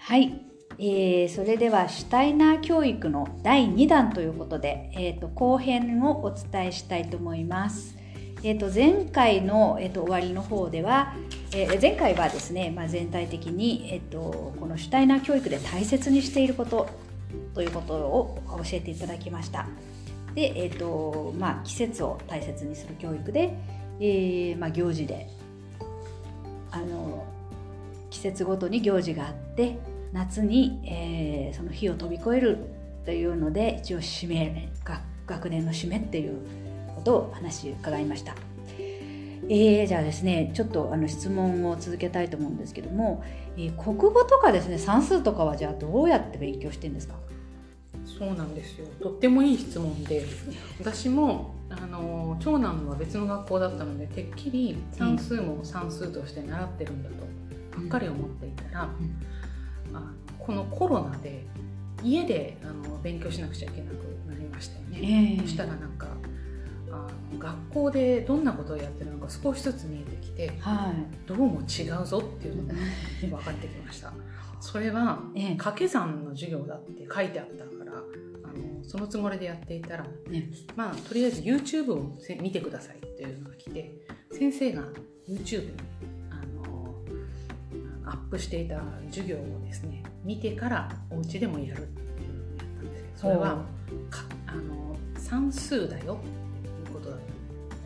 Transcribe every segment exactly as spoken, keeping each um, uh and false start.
はい、えー、それではシュタイナー教育のだいにだんということで、えーと、後編をお伝えしたいと思います。えーと、前回の、えーと、終わりの方では、えー、前回はですね、まあ、全体的に、えーと、このシュタイナー教育で大切にしていることということを教えていただきました。で、えーとまあ、季節を大切にする教育で、えーまあ、行事であの季節ごとに行事があって、夏に、えー、その日を飛び越えるというので、一応締めが学年の締めっていうことを話伺いました。えー、じゃあですね、ちょっとあの質問を続けたいと思うんですけども、えー、国語とかですね、算数とかはじゃあどうやって勉強してるんですか？ そうなんですよ。とってもいい質問で、私もあの長男は別の学校だったので、てっきり算数も算数として習ってるんだとばっかり思っていたら、うんうん、あのこのコロナで家であの勉強しなくちゃいけなくなりましたよね。えー、そしたらなんかあの学校でどんなことをやってるのか少しずつ見えてきて、はい、どうも違うぞっていうのが分かってきました。それは、えー、掛け算の授業だって書いてあったから、あのそのつもりでやっていたら、ね、まあとりあえず YouTube を見てくださいっていうのが来て、先生が YouTube にアップしていた授業をですね見てからお家でもやるっていうのをやったんですけど、それはかあの算数だよっていうことだった、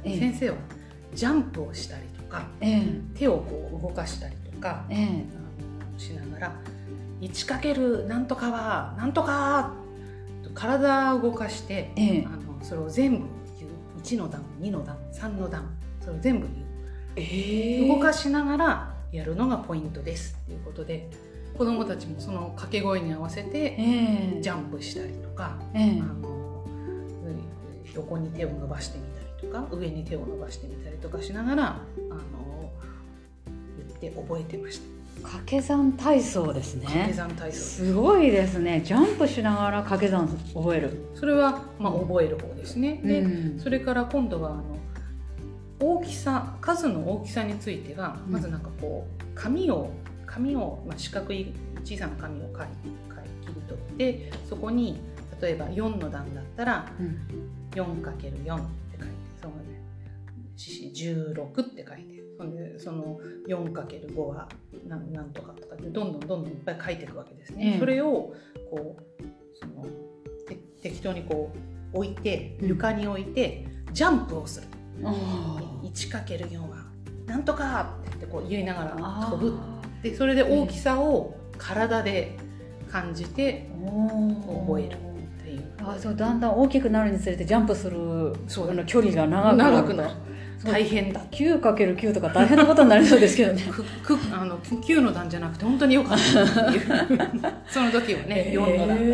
ええ、先生はジャンプをしたりとか、ええ、手をこう動かしたりとか、ええ、あのしながら いちかける なんとかはなんとかと体を動かして、ええ、あのそれを全部言う。いちの段、にの段、さんの段、それを全部言う、えー、動かしながらやるのがポイントですっていうことで、子どもたちもその掛け声に合わせてジャンプしたりとか、えー、あの横に手を伸ばしてみたりとか、上に手を伸ばしてみたりとかしながらあの言って覚えてました。 掛け算体操ですね。 掛け算体操すごいですね。ジャンプしながら掛け算覚える。 それは、まあ、覚える方ですね。うん、で、うん、それから今度はあの大きさ、数の大きさについては、まずなんかこう紙を紙を、まあ、四角い小さな紙を書い切り取って、そこに例えばよんの段だったら、うん、よんかけるよん って書いて、そのねじゅうろくって書いて、そでその よんかけるご は何なんとかとかでどんどんどんどんいっぱい書いていくわけですね。うん、それをこうそのて適当にこう置いて、床に置いて、うん、ジャンプをする。いちかけるよん はなんとかって言ってこう言いながら飛ぶ。でそれで大きさを体で感じて覚えるっていう。 あ、そう、だんだん大きくなるにつれてジャンプするその距離が長くなる。 長くなる。大変だ。 きゅうかけるきゅう とか大変なことになりそうですけどね。 くくあのきゅうの段じゃなくて本当によかったっていうその時はね、えー、よんの段だった。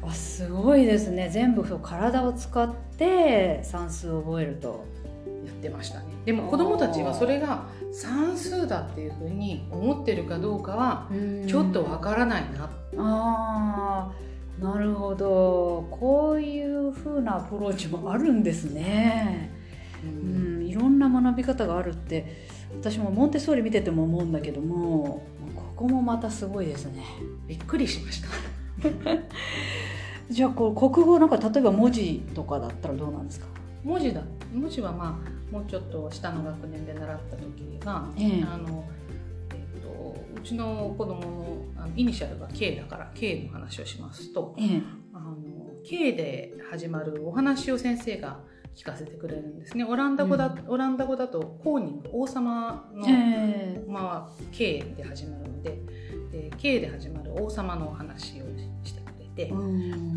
あ、すごいですね。全部そう体を使って算数を覚えるとやってましたね。でも子どもたちはそれが算数だっていうふうに思ってるかどうかはちょっとわからないな。 あー、なるほど。こういう風なアプローチもあるんですね。うん、うん、いろんな学び方があるって私もモンテッソーリ見てても思うんだけども、ここもまたすごいですね。 びっくりしましたじゃあこう国語なんか例えば文字とかだったらどうなんですか？ 文字だ文字はまあもうちょっと下の学年で習った時は、えーあのえー、とうちの子供の、あのイニシャルが K だから K の話をしますと、えー、あの K で始まるお話を先生が聞かせてくれるんですね。オランダ語だ、うん、オランダ語だとコーニング、王様の、えーまあ、K で始まるので、で K で始まる王様のお話をしてくれて、うん、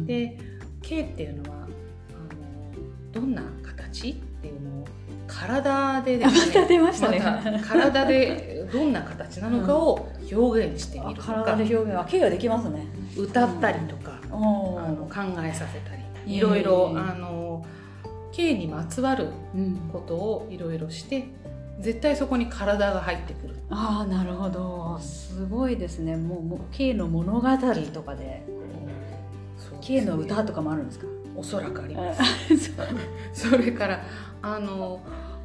で K っていうのはあのどんな形っていうのを体でですね、また出ましたね。また体でどんな形なのかを表現してみるとか、うん、 体で表現は K ができますね。 歌ったりとか、うん、あの考えさせたり、いろいろあのK にまつわることをいろいろして、うん、絶対そこに体が入ってくる。 ああ、なるほど。すごいですね。もう、もう K の物語とかで、うん、K の歌とかもあるんですか？ おそらくありますそれからあの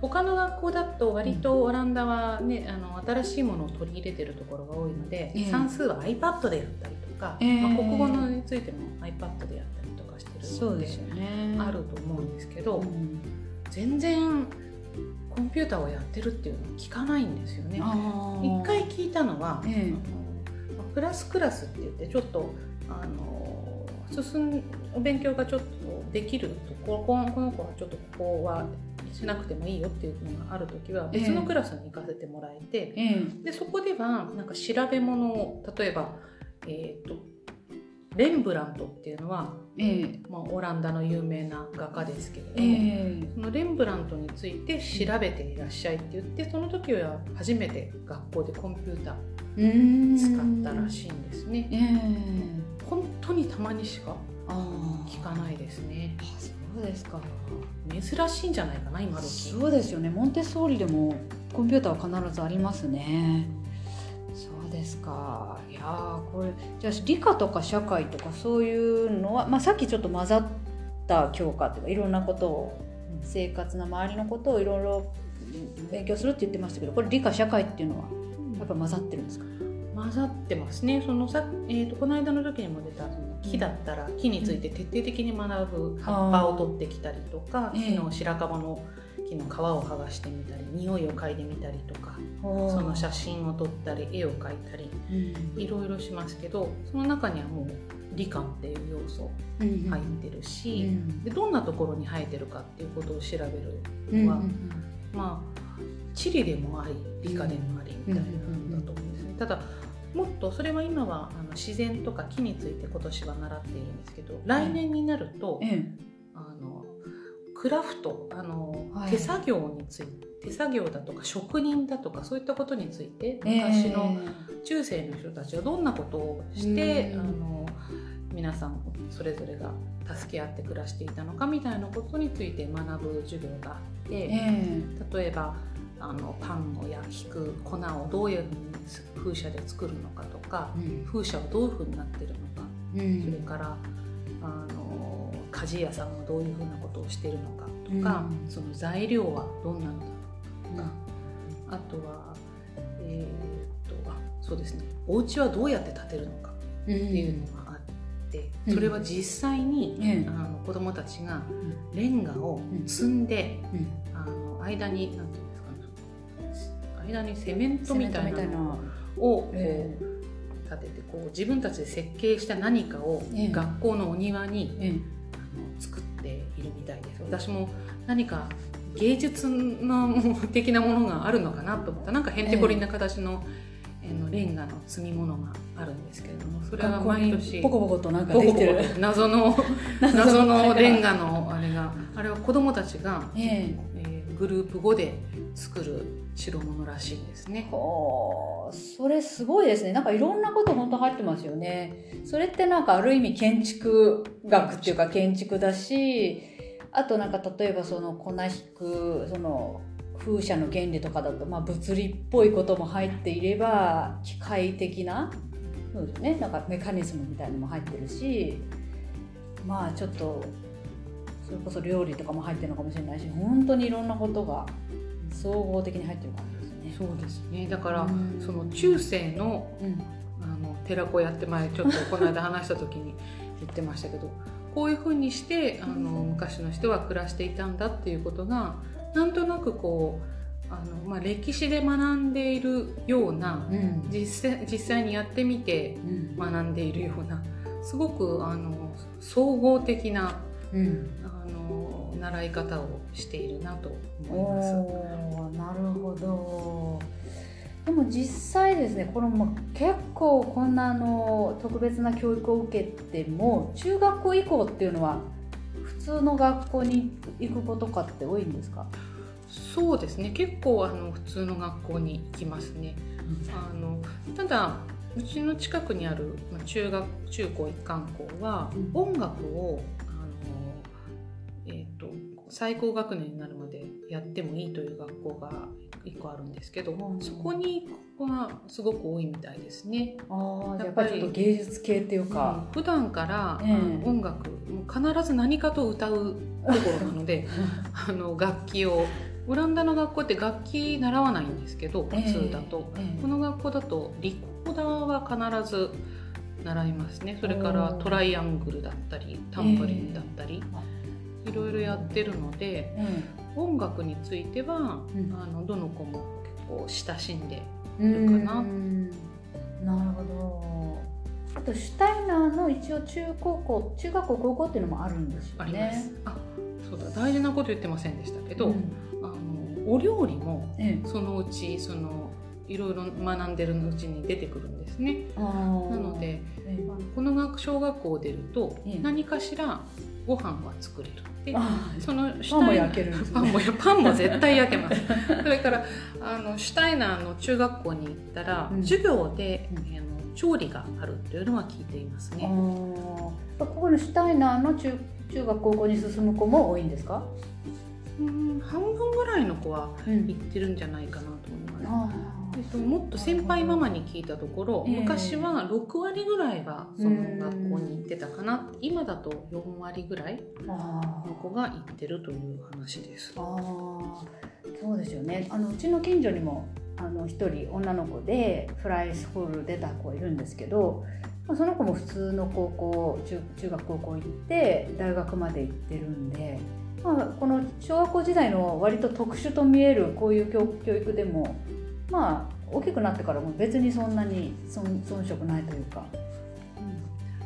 他の学校だと割とオランダは、ね、あの新しいものを取り入れてるところが多いので、えー、算数は iPad でやったりとか、えーまあ、国語のについても iPad でやったりとかしてるので、 そうですよね、 あると思うんですけど、うん、全然コンピューターをやってるっていうのは聞かないんですよね。一回聞いたのは、えー、あのプラスクラスって言ってちょっとあの進んお勉強がちょっとできるとここの子はちょっとここはしなくてもいいよっていうのがあるときは別のクラスに行かせてもらえて、えー、でそこではなんか調べ物を例えば、えーと、レンブラントっていうのは、えーまあ、オランダの有名な画家ですけれども、えー、そのレンブラントについて調べていらっしゃいって言ってその時は初めて学校でコンピューター使ったらしいんですね。えー、本当にたまにしか聞かないですね。 あ、そうですか。 珍しいんじゃないかな今時。 そうですよね。モンテッソーリでもコンピューターは必ずありますね。そうですか。いやこれじゃあ理科とか社会とかそういうのは、まあ、さっきちょっと混ざった教科というかいろんなことを生活の周りのことをいろいろ勉強するって言ってましたけど、これ理科社会っていうのはやっぱ混ざってるんですか？ 混ざってますね。そのさ、えーと、この間の時にも出たその木だったら木について徹底的に学ぶ、葉っぱを取ってきたりとか、木の白樺の木の皮を剥がしてみたり匂いを嗅いでみたりとか、その写真を撮ったり絵を描いたり、うん、いろいろしますけど、その中にはもう理科っていう要素入ってるし、うん、でどんなところに生えてるかっていうことを調べるのは、うん、まあ地理でもあり理科でもありみたいなのだと思うんですね。ただもっとそれは今はあの自然とか木について今年は習っているんですけど、来年になると、うん、あのクラフトあの、はい、手作業について手作業だとか職人だとかそういったことについて昔の中世の人たちはどんなことをして、えー、あの皆さんそれぞれが助け合って暮らしていたのかみたいなことについて学ぶ授業があって、えー、例えばあのパンを焼く粉をどういうふうに風車で作るのかとか、うん、風車はどういうふうになってるのか、うん、それからあの鍛冶屋さんはどういうふうなことをしているのかとか、うん、その材料はどんなのだろうとか、うん、あとは、えー、っとあそうですね、お家はどうやって建てるのかっていうのがあって、うん、それは実際に、うん、あの子どもたちがレンガを積んで、うん、あの間になんていう間にセメントみたいなのをこう立ててこう自分たちで設計した何かを学校のお庭に、ええ、あの作っているみたいです。私も何か芸術の的なものがあるのかなと思った。なんかへんてこりんな形の、ええ、のレンガの積み物があるんですけれども、それは毎年ポコポコとなんかできてる謎の謎のレンガのあれがあれは子どもたちが、えええー、グループごで作る代物らしいんですね。 はあ、それすごいですね。なんかいろんなこと本当入ってますよね。それってなんかある意味建築学っていうか建築だし、あとなんか例えばその粉引くその風車の原理とかだと、まあ、物理っぽいことも入っていれば機械的な、そうですね、なんかメカニズムみたいなのも入ってるし、まあちょっとそれこそ料理とかも入ってるのかもしれないし、本当にいろんなことが総合的に入ってる感じですね。 そうですね。だからその中世の、うん、あの寺子屋って前ちょっとこの間話した時に言ってましたけど、こういうふうにしてあの昔の人は暮らしていたんだっていうことがなんとなくこうあの、まあ、歴史で学んでいるような、うん、実際、実際にやってみて学んでいるような、すごくあの総合的な、うん、あの習い方をしているなと思います。 おー、なるほど。でも実際ですね、この、ま、結構こんなあの特別な教育を受けても中学校以降っていうのは普通の学校に行く子とかって多いんですか？ そうですね、結構あの普通の学校に行きますね。うん、あのただうちの近くにある、ま、中学中高一貫校は音楽を、あの、えーと、最高学年になるまでやってもいいという学校がいっこあるんですけど、うん、そこにここはすごく多いみたいですね。 あ、やっぱりちょっと芸術系っていうか、 うん、普段から、えー、音楽もう必ず何かと歌うところなのであの楽器をオランダの学校って楽器習わないんですけど、普通だと、 えーえー、 この学校だとリコーダーは必ず習いますね。それからトライアングルだったりタンブリンだったり、えー、いろいろやってるので、えー、音楽については、うん、あのどの子も結構親しんでいるかな。 なるほど。あとシュタイナーの一応中高校中学校高校っていうのもあるんですよね。 あります。あ、そうだ、大事なこと言ってませんでしたけど、うん、あのお料理もそのうちそのいろいろ学んでるうちに出てくるんですね。なので、ええ、この学小学校を出ると何かしらご飯は作れる。でそのパンも焼けるんですね。 パンもパンも絶対焼けます。それからあのシュタイナーの中学校に行ったら、うん、授業で、うん、あの調理があるというのは聞いていますね。 ここのシュタイナーの 中, 中学高校に進む子も多いんですか？ うん、半分ぐらいの子は行ってるんじゃないかなと思います。うん、えっと、もっと先輩ママに聞いたところ、えー、昔はろくわりぐらいがその学校に行ってたかな。今だとよんわりぐらいの子が行ってるという話です。 あ、そうですよね。あのうちの近所にもあのひとり女の子でフライスクール出た子いるんですけど、その子も普通の高校 中, 中学高校行って大学まで行ってるんで、まあ、この小学校時代の割と特殊と見えるこういう 教, 教育でもまあ大きくなってからも別にそんなに 遜, 遜色ないというか、 うん、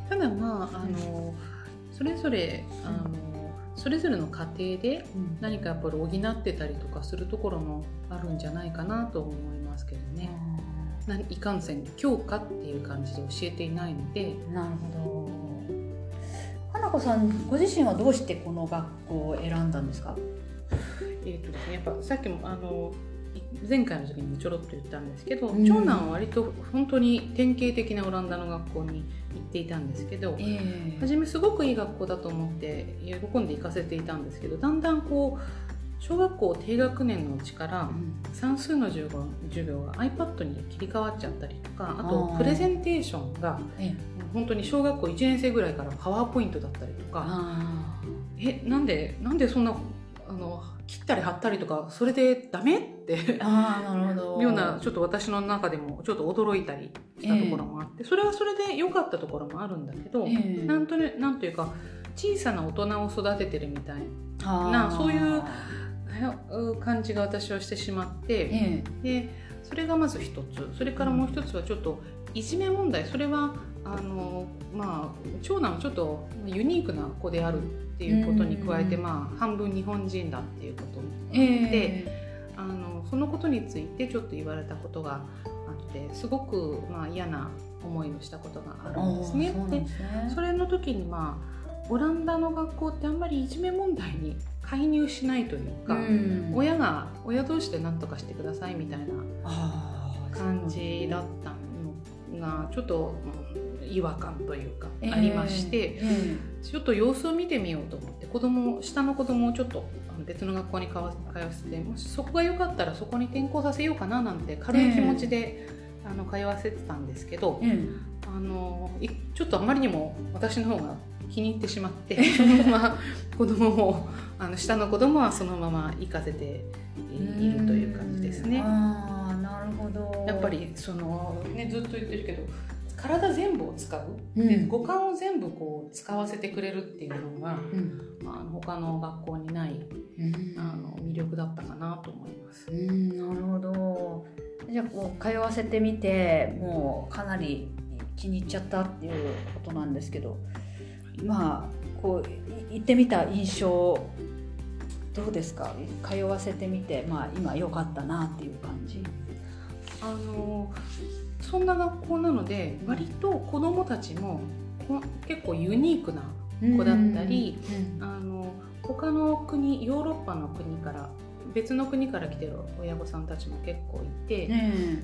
ただまああの、うん、それぞれあの、うん、それぞれの家庭で何かやっぱり補ってたりとかするところもあるんじゃないかなと思いますけどね。うん、いかんせん教科っていう感じで教えていないので。 なるほど。花子さんご自身はどうしてこの学校を選んだんですか？ えーとですね、やっぱさっきもあの前回の時にもちょろっと言ったんですけど、うん、長男は割と本当に典型的なオランダの学校に行っていたんですけど、えー、初めすごくいい学校だと思って喜んで行かせていたんですけど、だんだんこう小学校低学年のうちから算数の授業、授業が iPad に切り替わっちゃったりとか、あとプレゼンテーションが本当に小学校いちねん生ぐらいからパワーポイントだったりとか、えなんでなんでそんなあの切ったり貼ったりとかそれでダメってあなるほどようなちょっと私の中でもちょっと驚いたりしたところもあって、えー、それはそれで良かったところもあるんだけど、えー、なんとねなんというか小さな大人を育ててるみたいなそういう感じが私はしてしまって、えー、でそれがまず一つ。それからもう一つはちょっといじめ問題。それはあの、まあ、長男はちょっとユニークな子であるっていうことに加えて、まあ、半分日本人だっていうこともあって、えー、あのそのことについてちょっと言われたことがあってすごく、まあ、嫌な思いをしたことがあるんですね。そうなんですね。でそれの時に、まあ、オランダの学校ってあんまりいじめ問題に介入しないというか、うん、親が親同士で何とかしてくださいみたいな感じだったのがちょっと、うん、違和感というか、えー、ありまして、えー、ちょっと様子を見てみようと思って子供下の子供をちょっと別の学校に通わせて、もしそこが良かったらそこに転校させようかななんて軽い気持ちで、えー、あの通わせてたんですけど、えー、あのちょっとあまりにも私の方が気に入ってしまってそのまま子供をあの下の子供はそのまま行かせているという感じですね。 あー、なるほど。 やっぱりその、ね、ずっと言ってるけど体全部を使う、うん、で五感を全部こう使わせてくれるっていうのが、うんまあ、他の学校にない、うん、あの魅力だったかなと思います。 うん、なるほど。じゃあこう通わせてみてもうかなり気に入っちゃったっていうことなんですけど、まあこう行ってみた印象どうですか？通わせてみて、まあ、今良かったなっていう感じ。 あのそんな学校なので割と子どもたちも結構ユニークな子だったり、うんうん、あの他の国ヨーロッパの国から別の国から来てる親御さんたちも結構いて、うん、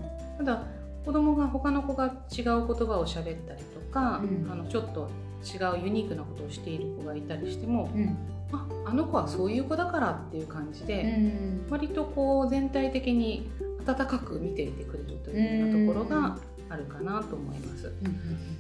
ただ子どもが他の子が違う言葉を喋ったりとか、うん、あのちょっと違うユニークなことをしている子がいたりしても、うん、あ, あの子はそういう子だからっていう感じで、うん、割とこう全体的に温かく見ていてくれるというようなところがあるかなと思います。うん、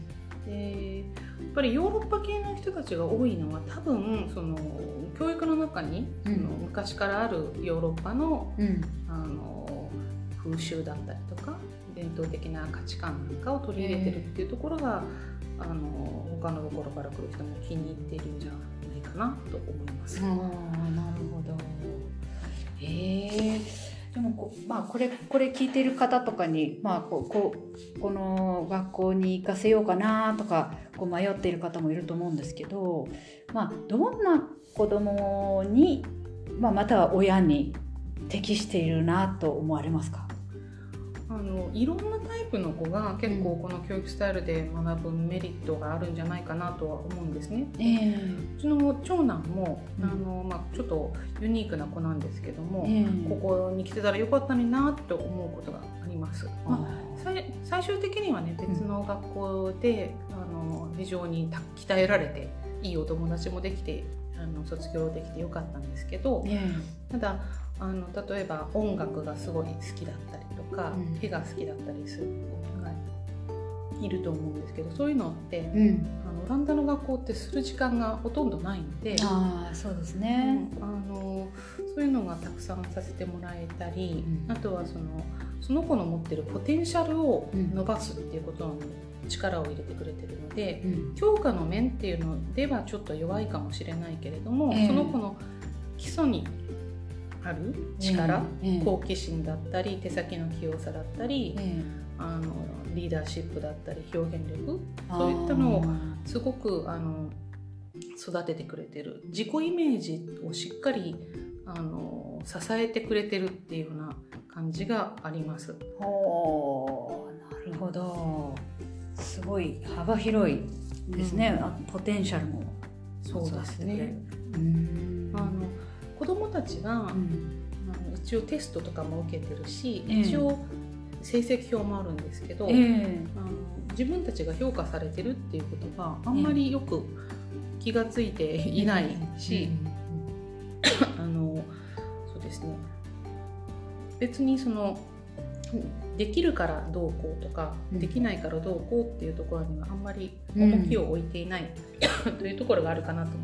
でやっぱりヨーロッパ系の人たちが多いのは多分その教育の中に、うん、その昔からあるヨーロッパの、うん、あの風習だったりとか伝統的な価値観なんかを取り入れてるっていうところが、あの他のところから来る人も気に入っているんじゃないかなと思います。 あ、なるほど。へえ。でもこ、まあ、これこれ聞いている方とかに、まあ、こうこうこの学校に行かせようかなとかこう迷っている方もいると思うんですけど、まあ、どんな子どもに、まあ、または親に適しているなと思われますか？ あのいろんなタイプの子が結構この教育スタイルで学ぶメリットがあるんじゃないかなとは思うんですね。えー、うちの長男も、うん、あのまあ、ちょっとユニークな子なんですけども、えー、ここに来てたらよかったのになと思うことがあります。まあ、最, 最終的にはね別の学校で、うん、あの非常に鍛えられていいお友達もできてあの卒業できてよかったんですけど、えー、ただあの例えば音楽がすごい好きだったりとか、うん、絵が好きだったりする子がいると思うんですけど、そういうのって、うん、あのオランダの学校ってする時間がほとんどないので、 あ、そうですね、 うん、あのそういうのがたくさんさせてもらえたり、うん、あとはその、その子の持ってるポテンシャルを伸ばすっていうことに力を入れてくれてるので、うん、教科の面っていうのではちょっと弱いかもしれないけれども、えー、その子の基礎にある力、えーえー、好奇心だったり手先の器用さだったり、えー、あのリーダーシップだったり表現力、そういったのをすごくあの育ててくれてる、自己イメージをしっかりあの支えてくれてるっていうような感じがあります。 ほー、なるほど、すごい幅広いですね、うん、あポテンシャルもそうですね。うーん、あの子どもたちが、うん、あの一応テストとかも受けてるし、えー、一応成績表もあるんですけど、えー、あの自分たちが評価されてるっていうことがあんまりよく気がついていないし、えー、あのそうですね、別にそのできるからどうこうとか、うん、できないからどうこうっていうところにはあんまり重きを置いていない、うん、というところがあるかなと思います。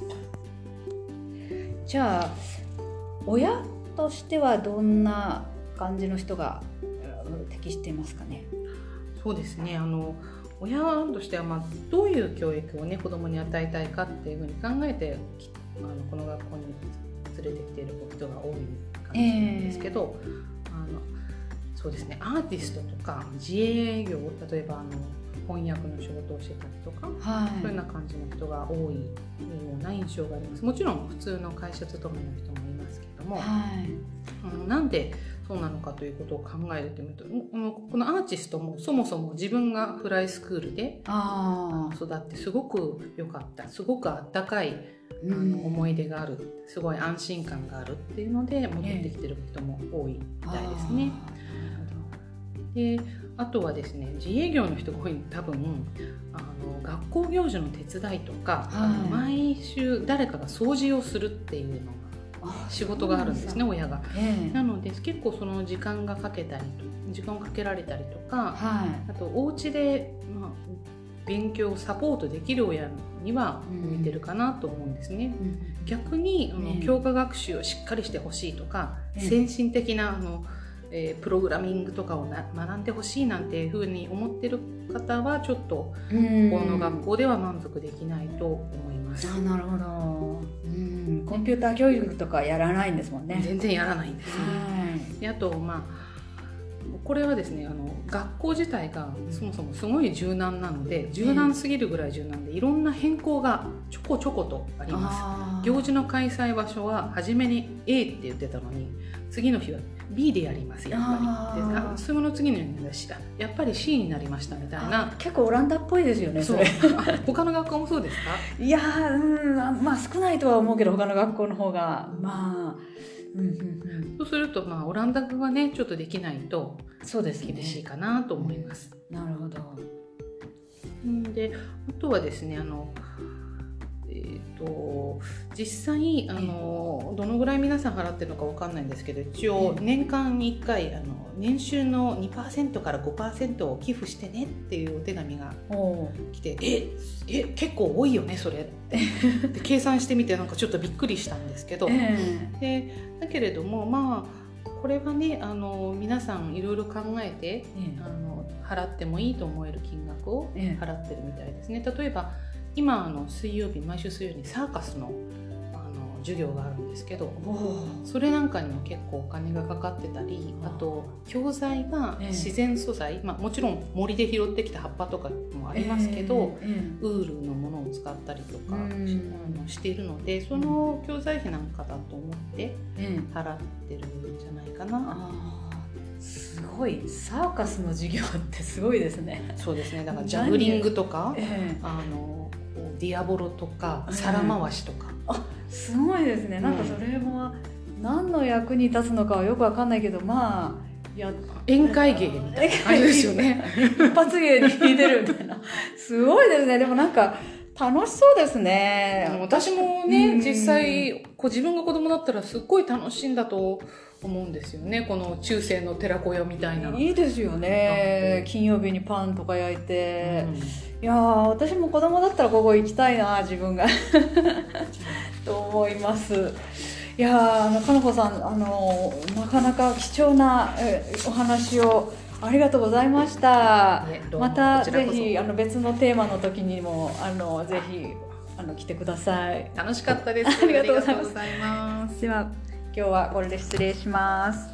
じゃあ親としてはどんな感じの人が適していますかね？ そうですね、あの親としては、まあ、どういう教育を、ね、子どもに与えたいかっていうふうに考えてあのこの学校に連れてきている人が多い感じなんですけど、えー、あのそうですね、アーティストとか自営業、例えばあの翻訳の仕事をしてたりとか、はい、そういうような感じの人が多いような印象があります。もちろん普通の会社勤めの人もいますけども、はい、あのなんでそうなのかということを考えてみると、このアーティストもそもそも自分がフライスクールで育ってすごく良かった、すごくあったかいあの思い出がある、すごい安心感があるっていうので戻ってきてる人も多いみたいですね。であとはですね、自営業の人が多いの多分あの学校行事の手伝いとか、はい、あの毎週誰かが掃除をするっていうのが仕事があるんですね、親が、えー、なので結構その時間がかけたりと時間をかけられたりとか、はい、あとお家で、まあ、勉強をサポートできる親には向いてるかなと思うんですね、うん、逆にあの、ね、教科学習をしっかりしてほしいとか、ね、先進的なあのえー、プログラミングとかをな学んでほしいなんていうふうに思ってる方はちょっとこの学校では満足できないと思います。 あ、なるほど。うん、コンピューター教育とかやらないんですもんね。 全然やらないんですね。はい、であとまあこれはですね、あの学校自体がそもそもすごい柔軟なので、柔軟すぎるぐらい柔軟でいろんな変更がちょこちょことあります。行事の開催場所は初めに A って言ってたのに次の日は ビー でやります、やっぱり。であその次の日にやっぱり シー になりましたみたいな。 結構オランダっぽいですよね、それ。 他の学校もそうですか？ いやー、うん、まあ少ないとは思うけど他の学校の方がまあ、うんうんうん、 そうすると、まあ、オランダ語はねちょっとできないと厳しいかなと思います。 うん、なるほど。 であとはですね、あのえー、と実際あのどのぐらい皆さん払ってるのか分かんないんですけど、一応年間にいっかいあの年収の にパーセント から ごパーセント を寄付してねっていうお手紙が来て、ええ結構多いよねそれってで計算してみてなんかちょっとびっくりしたんですけど、えー、でだけれどもまあこれはねあの皆さんいろいろ考えて、えー、あの払ってもいいと思える金額を払ってるみたいですね。例えば今あの水曜日毎週水曜日にサーカスの授業があるんですけど、それなんかにも結構お金がかかってたり、あと教材が自然素材、えーまあ、もちろん森で拾ってきた葉っぱとかもありますけど、えーえー、ウールのものを使ったりとか、うん、あのしているので、その教材費なんかだと思って払ってるんじゃないかな、うん、あすごいサーカスの授業ってすごいですね。 そうですね、だからジャグリングとか、えー、あのディアボロとか皿回しとか、 えー、あすごいですね。なんかそれも何の役に立つのかはよくわかんないけど、まあや宴会芸みたいな感じですよね。 一発芸に似てるみたいな。すごいですね。でもなんか楽しそうですね。 私もね、実際こう自分が子供だったらすっごい楽しいんだと思うんですよね。この中世の寺子屋みたいな。 いいですよね。金曜日にパンとか焼いて、うん、いや私も子供だったらここ行きたいな自分がと思います。いやーかのこさん、あのなかなか貴重なお話をありがとうございました。ね、またぜひあの別のテーマの時にもあのぜひあの来てください。 楽しかったです。 ありがとうございます。では今日はこれで失礼します。